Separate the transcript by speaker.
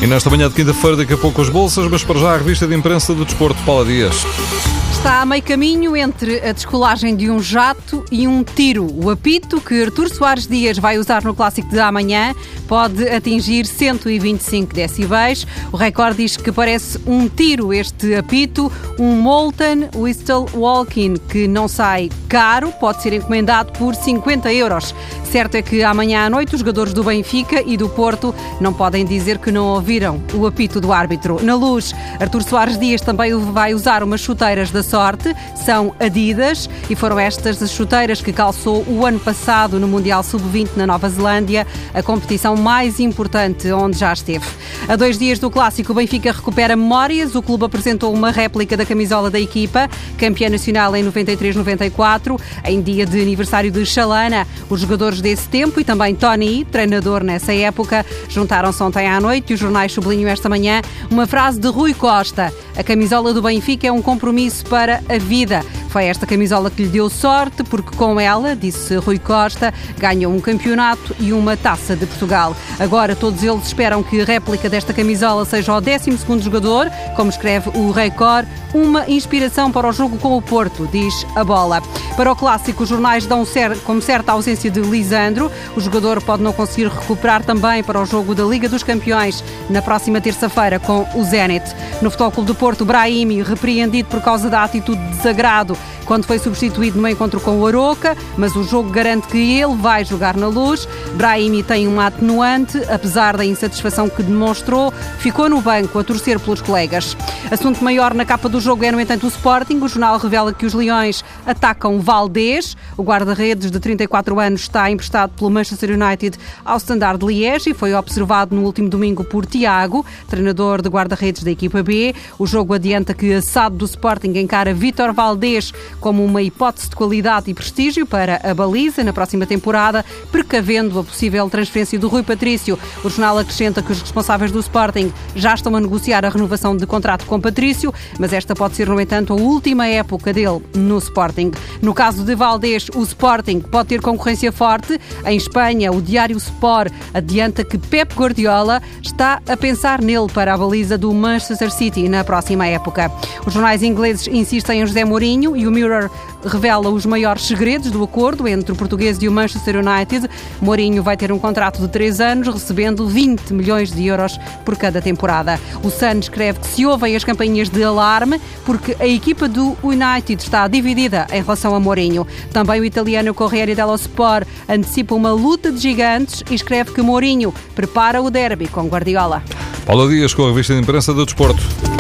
Speaker 1: E nesta manhã de quinta-feira, daqui a pouco as bolsas, mas para já a revista de imprensa do desporto. Paula Dias.
Speaker 2: Está a meio caminho entre a descolagem de um jato e um tiro. O apito que Artur Soares Dias vai usar no clássico de amanhã pode atingir 125 decibéis. O recorde diz que parece um tiro este apito, um Molten Whistle Walking, que não sai caro, pode ser encomendado por 50 euros. Certo é que amanhã à noite os jogadores do Benfica e do Porto não podem dizer que não ouviram o apito do árbitro. Na Luz, Artur Soares Dias também vai usar umas chuteiras da sorte, são Adidas, e foram estas as chuteiras que calçou o ano passado no Mundial Sub-20 na Nova Zelândia, a competição mais importante onde já esteve. A 2 dias do clássico, o Benfica recupera memórias. O clube apresentou uma réplica da camisola da equipa, campeã nacional em 93-94, em dia de aniversário de Chalana. Os jogadores desse tempo e também Tony, treinador nessa época, juntaram-se ontem à noite e os jornais sublinham esta manhã uma frase de Rui Costa: a camisola do Benfica é um compromisso para a vida. Foi esta camisola que lhe deu sorte, porque com ela, disse Rui Costa, ganhou um campeonato e uma taça de Portugal. Agora todos eles esperam que a réplica desta camisola seja o 12º jogador, como escreve o Record, uma inspiração para o jogo com o Porto, diz a Bola. Para o clássico, os jornais dão como certa a ausência de Lisandro. O jogador pode não conseguir recuperar também para o jogo da Liga dos Campeões na próxima terça-feira com o Zenit. No Futebol Clube do Porto, Brahimi, repreendido por causa da atitude de desagrado quando foi substituído no encontro com o Aroca, mas o jogo garante que ele vai jogar na Luz. Brahimi tem uma atenuante, apesar da insatisfação que demonstrou, ficou no banco a torcer pelos colegas. Assunto maior na capa do jogo é, no entanto, o Sporting. O jornal revela que os Leões atacam Valdés. O guarda-redes de 34 anos está emprestado pelo Manchester United ao Standard de Liège e foi observado no último domingo por Tiago, treinador de guarda-redes da equipa B. O jogo adianta que a SAD do Sporting encara Vítor Valdés como uma hipótese de qualidade e prestígio para a baliza na próxima temporada, precavendo a possível transferência do Rui Patrício. O jornal acrescenta que os responsáveis do Sporting já estão a negociar a renovação de contrato com Patrício, mas esta pode ser, no entanto, a última época dele no Sporting. No caso de Valdés, o Sporting pode ter concorrência forte. Em Espanha, o diário Sport adianta que Pep Guardiola está a pensar nele para a baliza do Manchester City na próxima época. Os jornais ingleses insistem em José Mourinho e o Mirror revela os maiores segredos do acordo entre o português e o Manchester United. Mourinho vai ter um contrato de 3 anos, recebendo 20 milhões de euros por cada temporada. O Sun escreve que se ouvem as campainhas de alarme porque a equipa do United está dividida em relação a Mourinho. Também o italiano Corriere dello Sport antecipa uma luta de gigantes e escreve que Mourinho prepara o derby com Guardiola.
Speaker 1: Paula Dias com a revista de imprensa do desporto.